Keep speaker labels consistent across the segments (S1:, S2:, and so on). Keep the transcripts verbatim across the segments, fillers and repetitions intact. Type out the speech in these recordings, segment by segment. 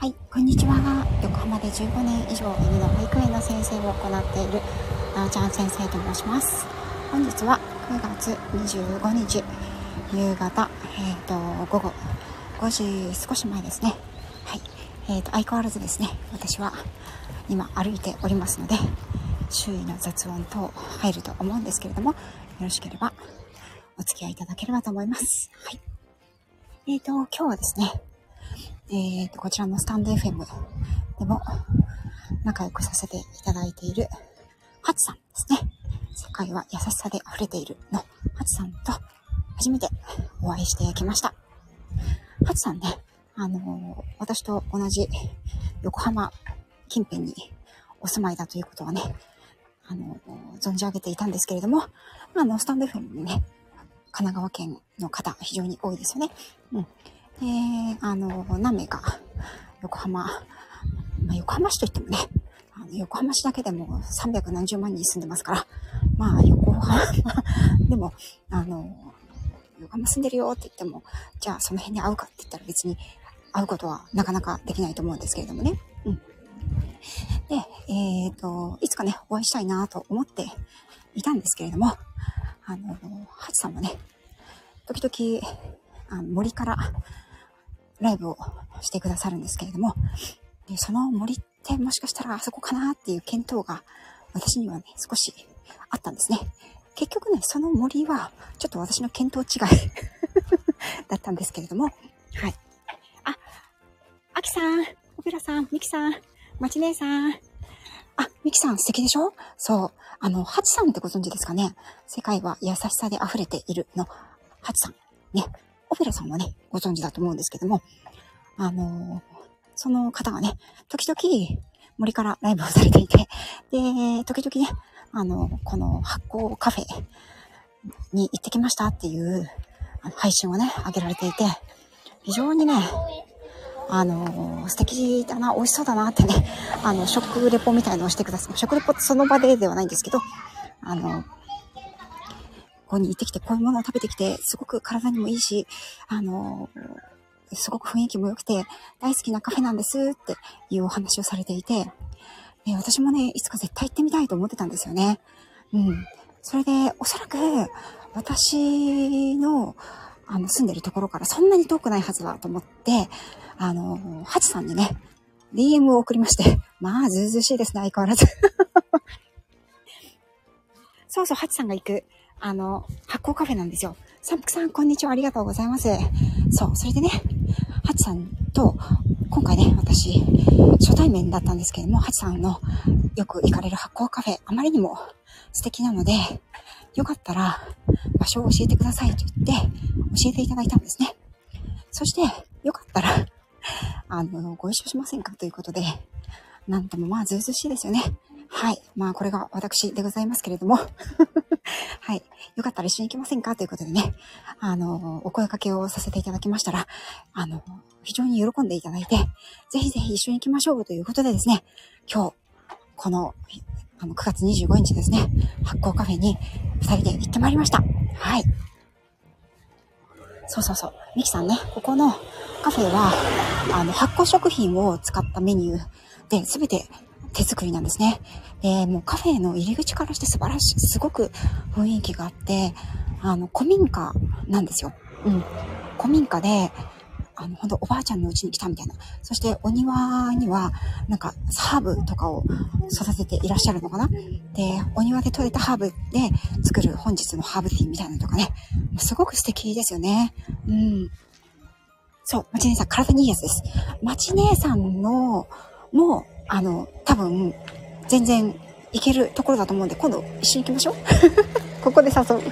S1: はい、こんにちは。横浜でじゅうごねん以上犬の保育園の先生を行っているなおちゃん先生と申します。本日はくがつにじゅうごにち夕方、えー、と午後ごじ少し前ですね。はい、えー、と相変わらずですね、私は今歩いておりますので、周囲の雑音等入ると思うんですけれども、よろしければお付き合いいただければと思います。はい。えーと、今日はですね、えーと、こちらのスタンド エフエム でも仲良くさせていただいているハチさんですね。世界は優しさで溢れているのハチさんと初めてお会いしてきました。ハチさんね、あのー、私と同じ横浜近辺にお住まいだということはね、あのー、存じ上げていたんですけれども、あの、スタンド エフエム にね、神奈川県の方非常に多いですよね。うん。で、あの、何名か、横浜、まあ、横浜市といってもね、あの横浜市だけでもさんびゃくなんじゅうまんにん住んでますから、まあ、横浜、でも、あの、横浜住んでるよって言っても、じゃあその辺に会うかって言ったら別に会うことはなかなかできないと思うんですけれどもね。うん。で、えっと、いつかね、お会いしたいなと思っていたんですけれども、あの、ハチさんもね、時々、あの森からライブをしてくださるんですけれども、でその森ってもしかしたらあそこかなっていう見当が私にはね、少しあったんですね。結局ね、その森はちょっと私の見当違いだったんですけれども、はい。あ、あきさん、オペラさん、ミキさん、まち姉さん。あ、ミキさん素敵でしょ？そう。あの、ハチさんってご存知ですかね？世界は優しさで溢れているのハチさん。ね。オペラさんはね、ご存知だと思うんですけども、あのー、その方がね、時々森からライブをされていて、で、時々ね、あの、この発酵カフェに行ってきましたっていうあの配信をね、上げられていて、非常にね、あのー、素敵だな、美味しそうだなってね、あの、食レポみたいのをしてください。食レポってその場でではないんですけど、あの、ここに行ってきて、こういうものを食べてきて、すごく体にもいいし、あの、すごく雰囲気も良くて、大好きなカフェなんですっていうお話をされていて、で私もね、いつか絶対行ってみたいと思ってたんですよね。うん。それで、おそらく、私の、あの、住んでるところからそんなに遠くないはずだと思って、あの、ハチさんにね、ディーエム を送りまして、まあ、ずうずうしいですね、相変わらず。そうそう、ハチさんが行く、あの、発酵カフェなんですよ。三福さん、こんにちは。ありがとうございます。そう、それでね、ハチさんと、今回ね、私、初対面だったんですけれども、ハチさんのよく行かれる発酵カフェ、あまりにも素敵なので、よかったら、場所を教えてくださいと言って、教えていただいたんですね。そして、よかったら、あの、ご一緒しませんかということで、なんともまあ、ずうずうしいですよね。はい。まあ、これが私でございますけれども。はい。よかったら一緒に行きませんかということでね、あの、お声掛けをさせていただきましたら、あの、非常に喜んでいただいて、ぜひぜひ一緒に行きましょうということでですね、今日、この、あの、くがつにじゅうごにちですね、発酵カフェにふたりで行ってまいりました。はい。そうそうそう。ミキさんね、ここのカフェは、あの、発酵食品を使ったメニューで、すべて手作りなんですね。で、もうカフェの入り口からして素晴らしい、すごく雰囲気があって、あの、古民家なんですよ。うん。古民家で、あの、ほんとおばあちゃんの家に来たみたいな。そしてお庭には、なんか、ハーブとかを育てていらっしゃるのかな？で、お庭で採れたハーブで作る本日のハーブティーみたいなのとかね。すごく素敵ですよね。うん。そう、まち姉さん、体にいいやつです。まち姉さんの、もう、あの、多分、全然行けるところだと思うんで、今度一緒に行きましょう。ここで誘う。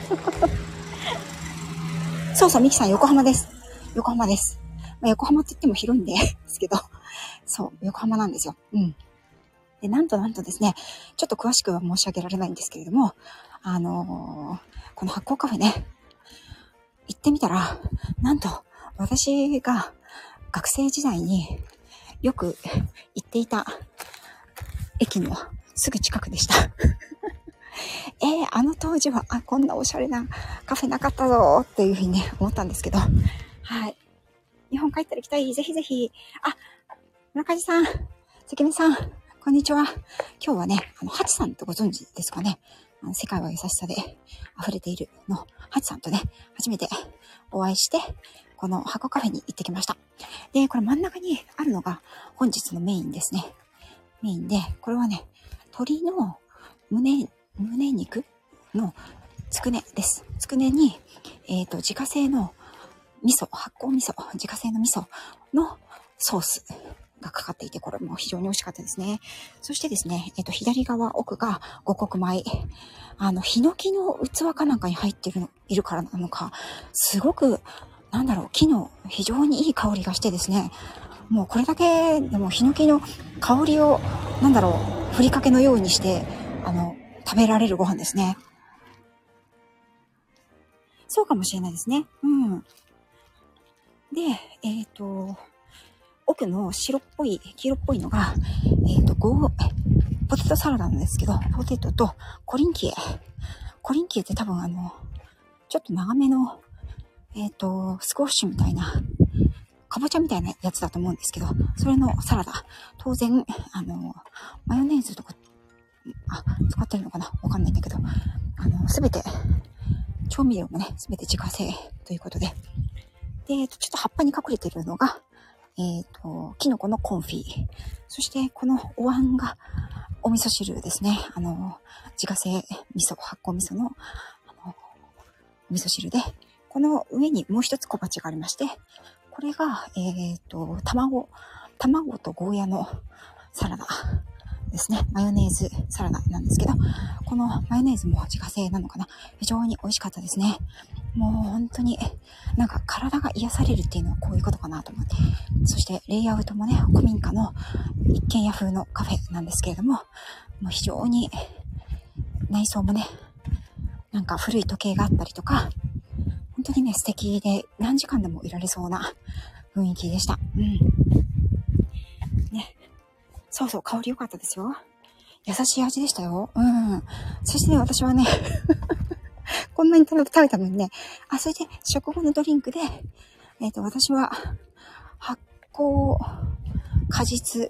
S1: そうそう、ミキさん、横浜です。横浜です。まあ、横浜って言っても広いんでですけど、そう、横浜なんですよ。うん。で、なんとなんとですね、ちょっと詳しくは申し上げられないんですけれども、あのー、この発酵カフェね、行ってみたら、なんと、私が学生時代によく行っていた駅のすぐ近くでした。えー、あの当時は、あ、こんなおしゃれなカフェなかったぞっていうふうにね、思ったんですけど、はい。日本帰ったら行きたい。ぜひぜひ。あ、 村上さん、関根さん、こんにちは。今日はね、あの、ハチさんとご存知ですかね。あの世界は優しさで溢れているの、ハチさんとね、初めてお会いして、この箱カフェに行ってきました。で、これ真ん中にあるのが本日のメインですね。メインで、これはね、鶏の胸、胸肉のつくねです。つくねに、えっと、自家製の味噌、発酵味噌、自家製の味噌のソースがかかっていて、これも非常に美味しかったですね。そしてですね、えっと、左側奥が五穀米。あの、ヒノキの器かなんかに入っているの、いるからなのか、すごく、なんだろう、木の非常にいい香りがしてですね、もうこれだけでもヒノキの香りを、なんだろう、ふりかけのようにして、あの、食べられるご飯ですね。そうかもしれないですね。うん。で、えっと、奥の白っぽい、黄色っぽいのが、えっと、ゴー、ポテトサラダなんですけど、ポテトとコリンキエ。コリンキエって多分あの、ちょっと長めの、えっと、スクワッシュみたいな、かぼちゃみたいなやつだと思うんですけど、それのサラダ。当然、あの、マヨネーズとか、あ、使ってるのかなわかんないんだけど、あの、すべて、調味料もね、すべて自家製ということで。で、えっと、ちょっと葉っぱに隠れているのが、えっと、キノコのコンフィ。そして、このお椀が、お味噌汁ですね。あの、自家製味噌、発酵味噌の、あの、味噌汁で、この上にもう一つ小鉢がありまして、これが、えっと、卵、卵とゴーヤのサラダですね。マヨネーズサラダなんですけど、このマヨネーズも自家製なのかな。非常に美味しかったですね。もう本当に、なんか体が癒されるっていうのはこういうことかなと思って。そしてレイアウトもね、古民家の一軒家風のカフェなんですけれども、もう非常に内装もね、なんか古い時計があったりとか、本当にね、素敵で何時間でもいられそうな雰囲気でした。うん。ね。そうそう、香り良かったですよ。優しい味でしたよ。うん。そしてね、私はね、こんなに食べたのにね、あ、それで食後のドリンクで、えっと、私は発酵果実、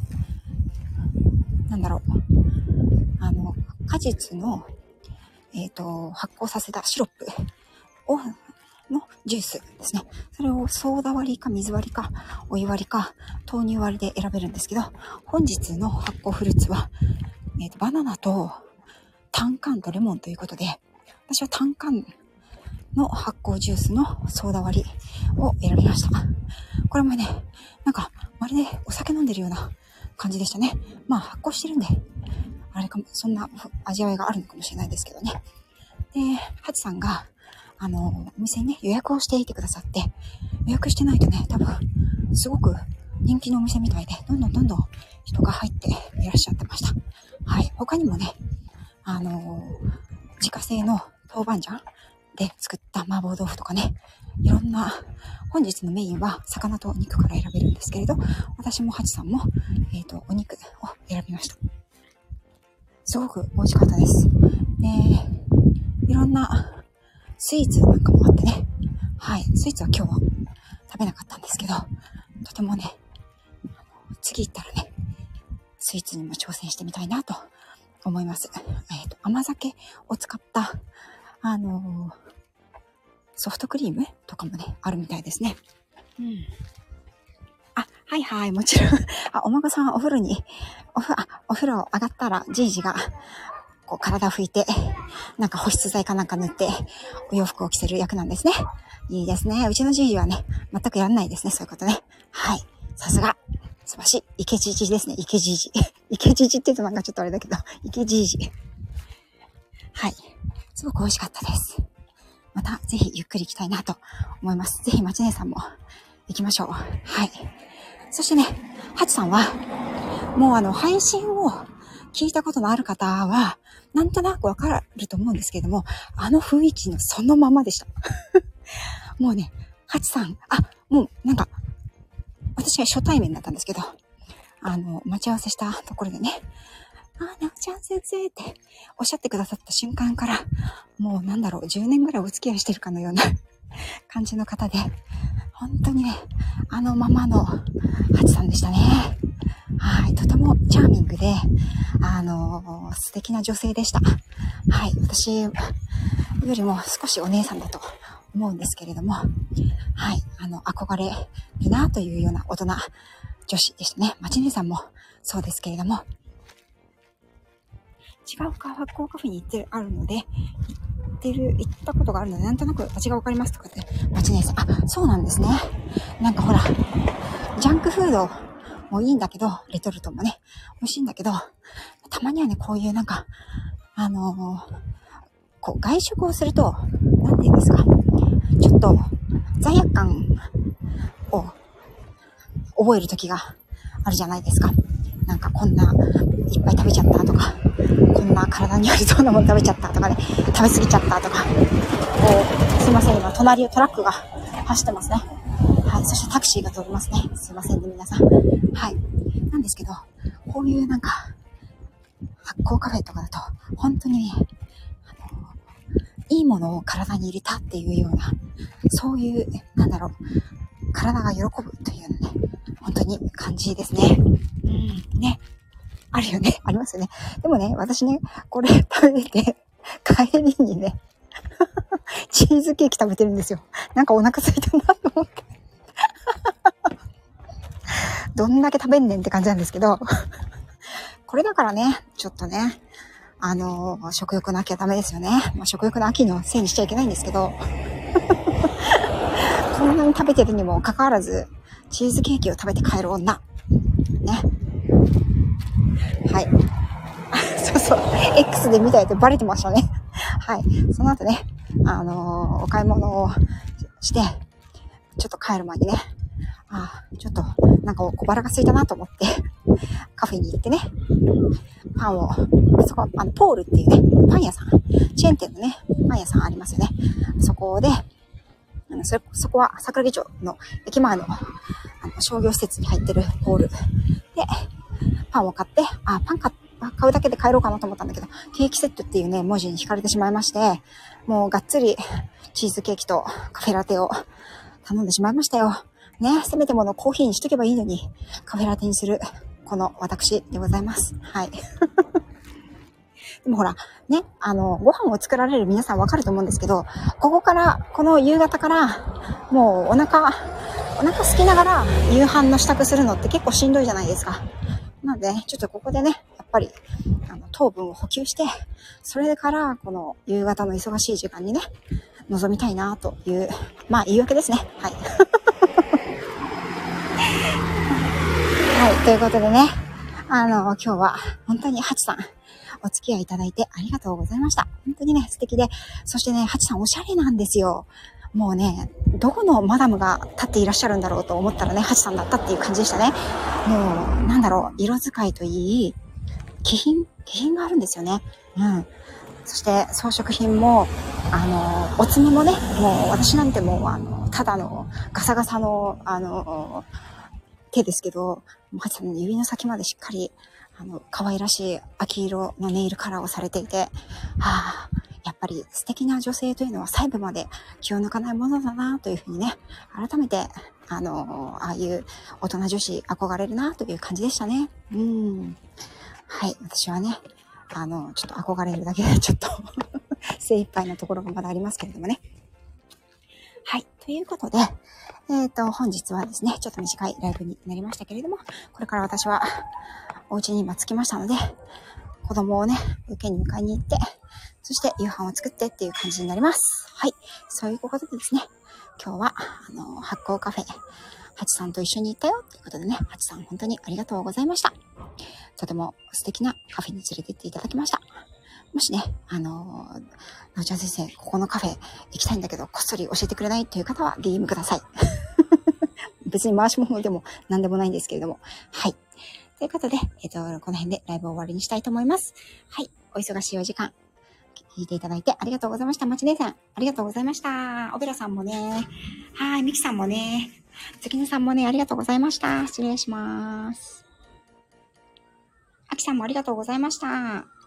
S1: なんだろう、あの、果実の、えっと、発酵させたシロップを、のジュースですね。それをソーダ割りか水割りかお湯割りか豆乳割りで選べるんですけど、本日の発酵フルーツは、えっと、バナナとタンカンとレモンということで、私はタンカンの発酵ジュースのソーダ割りを選びました。これもね、なんかまるでお酒飲んでるような感じでしたね。まあ発酵してるんで、あれかも、そんな味わいがあるのかもしれないですけどね。で、ハチさんが、あの、お店にね、予約をしていてくださって、予約してないとね、多分、すごく人気のお店みたいで、どんどんどんどん人が入っていらっしゃってました。はい。他にもね、あの、自家製の豆板醤で作った麻婆豆腐とかね、いろんな、本日のメインは魚と肉から選べるんですけれど、私もハチさんも、えっと、お肉を選びました。すごく美味しかったです。で、いろんなスイーツなんかもあってね、はい、スイーツは今日は食べなかったんですけど、とてもね、次行ったらね、スイーツにも挑戦してみたいなと思います。えっと、甘酒を使った、あのー、ソフトクリームとかもね、あるみたいですね。うん。あ、はいはい、もちろん。あ、お孫さんお風呂に、おふ、あ、お風呂上がったら、じいじが、こう、体拭いて、なんか保湿剤かなんか塗って、お洋服を着せる役なんですね。いいですね。うちのじいじはね、全くやんないですね、そういうことね。はい。さすが。素晴らしい。イケじじですね、イケじじ。イケじじって言うとなんかちょっとあれだけど、イケじじ。はい。すごく美味しかったです。また、ぜひゆっくり行きたいなと思います。ぜひ、まちねさんも行きましょう。はい。そしてね、ハチさんは、もうあの、配信を聞いたことのある方は、なんとなくわかると思うんですけれども、あの雰囲気のそのままでした。もうね、ハチさん、あ、もうなんか、私は初対面だったんですけど、あの、待ち合わせしたところでね、あ、なおちゃん先生っておっしゃってくださった瞬間から、もうなんだろう、じゅうねんぐらいお付き合いしてるかのような感じの方で、 本当にね、あのままのハチさんでしたね。はい、とてもチャーミングで、あのー、素敵な女性でした。はい、私よりも少しお姉さんだと思うんですけれども、はい、あの、憧れるなというような大人女子でしたね。まちねさんもそうですけれども、違う発酵カフェに行ってあるので、行ってる、行ったことがあるので、なんとなく味がわかりますとかって、まちねさん、あ、そうなんですね。なんかほら、ジャンクフードもいいんだけど、レトルトもね、美味しいんだけど、たまにはね、こういうなんか、あのー、こう、外食をすると、なんて言うんですか、ちょっと、罪悪感を覚える時があるじゃないですか。なんかこんないっぱい食べちゃったとか、こんな体にありそうなもの食べちゃったとかね、食べ過ぎちゃったとか、こう、すいません、今隣をトラックが走ってますね。はい、そしてタクシーが通りますね。すいませんね、皆さん。はい。なんですけど、こういうなんか、発酵カフェとかだと、本当にね、あの、いいものを体に入れたっていうような、そういう、なんだろう、体が喜ぶというね、本当に感じですね。うん、ね。あるよね。ありますよね。でもね、私ね、これ食べて、帰りにね、チーズケーキ食べてるんですよ。なんかお腹空いたなと思って。どんだけ食べんねんって感じなんですけど、これだからね、ちょっとね、あのー、食欲なきゃダメですよね。まあ、食欲の秋のせいにしちゃいけないんですけど、こんなに食べてるにもかかわらず、チーズケーキを食べて帰る女。ね。はい。そうそう。X で見たやつバレてましたね。はい。その後ね、あのー、お買い物をして、ちょっと帰る前にね、ああ、ちょっと、なんか小腹が空いたなと思って、カフェに行ってね、パンを、そこ、あの、ポールっていうね、パン屋さん、チェーン店のね、パン屋さんありますよね。そこで、あの、そ、そこは桜木町の駅前の、あの、商業施設に入ってるポールで、パンを買って、あ、パン買買うだけで帰ろうかなと思ったんだけど、ケーキセットっていうね、文字に惹かれてしまいまして、もうがっつりチーズケーキとカフェラテを頼んでしまいましたよ。ね、せめてものコーヒーにしとけばいいのに、カフェラテにする、この私でございます。はい。でもほら、ね、あの、ご飯を作られる皆さんわかると思うんですけど、ここから、この夕方から、もうお腹、お腹空きながら夕飯の支度するのって結構しんどいじゃないですか。なので、ちょっとここでね、やっぱり、あの、糖分を補給して、それから、この夕方の忙しい時間にね、臨みたいなという、まあ、言い訳ですね。はい。はい、ということでね、あの、今日は本当にハチさん、お付き合いいただいてありがとうございました。本当にね、素敵で、そしてね、ハチさんおしゃれなんですよ。もうね、どこのマダムが立っていらっしゃるんだろうと思ったらね、ハチさんだったっていう感じでしたね。もう、なんだろう、色使いといい、気品、気品があるんですよね。うん。そして装飾品も、あの、お爪もね、もう私なんてもう、あの、ただのガサガサの、あの、手ですけど、ハチさんの指の先までしっかり、あの、可愛らしい秋色のネイルカラーをされていて、はあ、やっぱり素敵な女性というのは細部まで気を抜かないものだなというふうにね、改めて、あの、ああいう大人女子憧れるなという感じでしたね。うん。はい、私はね、あの、ちょっと憧れるだけでちょっと精一杯なところがまだありますけれどもね。はい、ということで、えっと、本日はですね、ちょっと短いライブになりましたけれども、これから私はお家に今着きましたので、子供をね、受けに迎えに行って、そして夕飯を作ってっていう感じになります。はい、そういうことでですね、今日は、あの、発酵カフェ、ハチさんと一緒に行ったよということでね、ハチさん本当にありがとうございました。とても素敵なカフェに連れて行っていただきました。もしね、あのー、なおちゃん先生、ここのカフェ行きたいんだけど、こっそり教えてくれないという方は ディーエム ください。別に回し物でも何でもないんですけれども。はい。ということで、えっと、この辺でライブを終わりにしたいと思います。はい。お忙しいお時間、聞いていただいてありがとうございました。まちねさん、ありがとうございました。おべらさんもね、はい、みきさんもね、つきねさんもね、ありがとうございました。失礼します。あきさんもありがとうございました。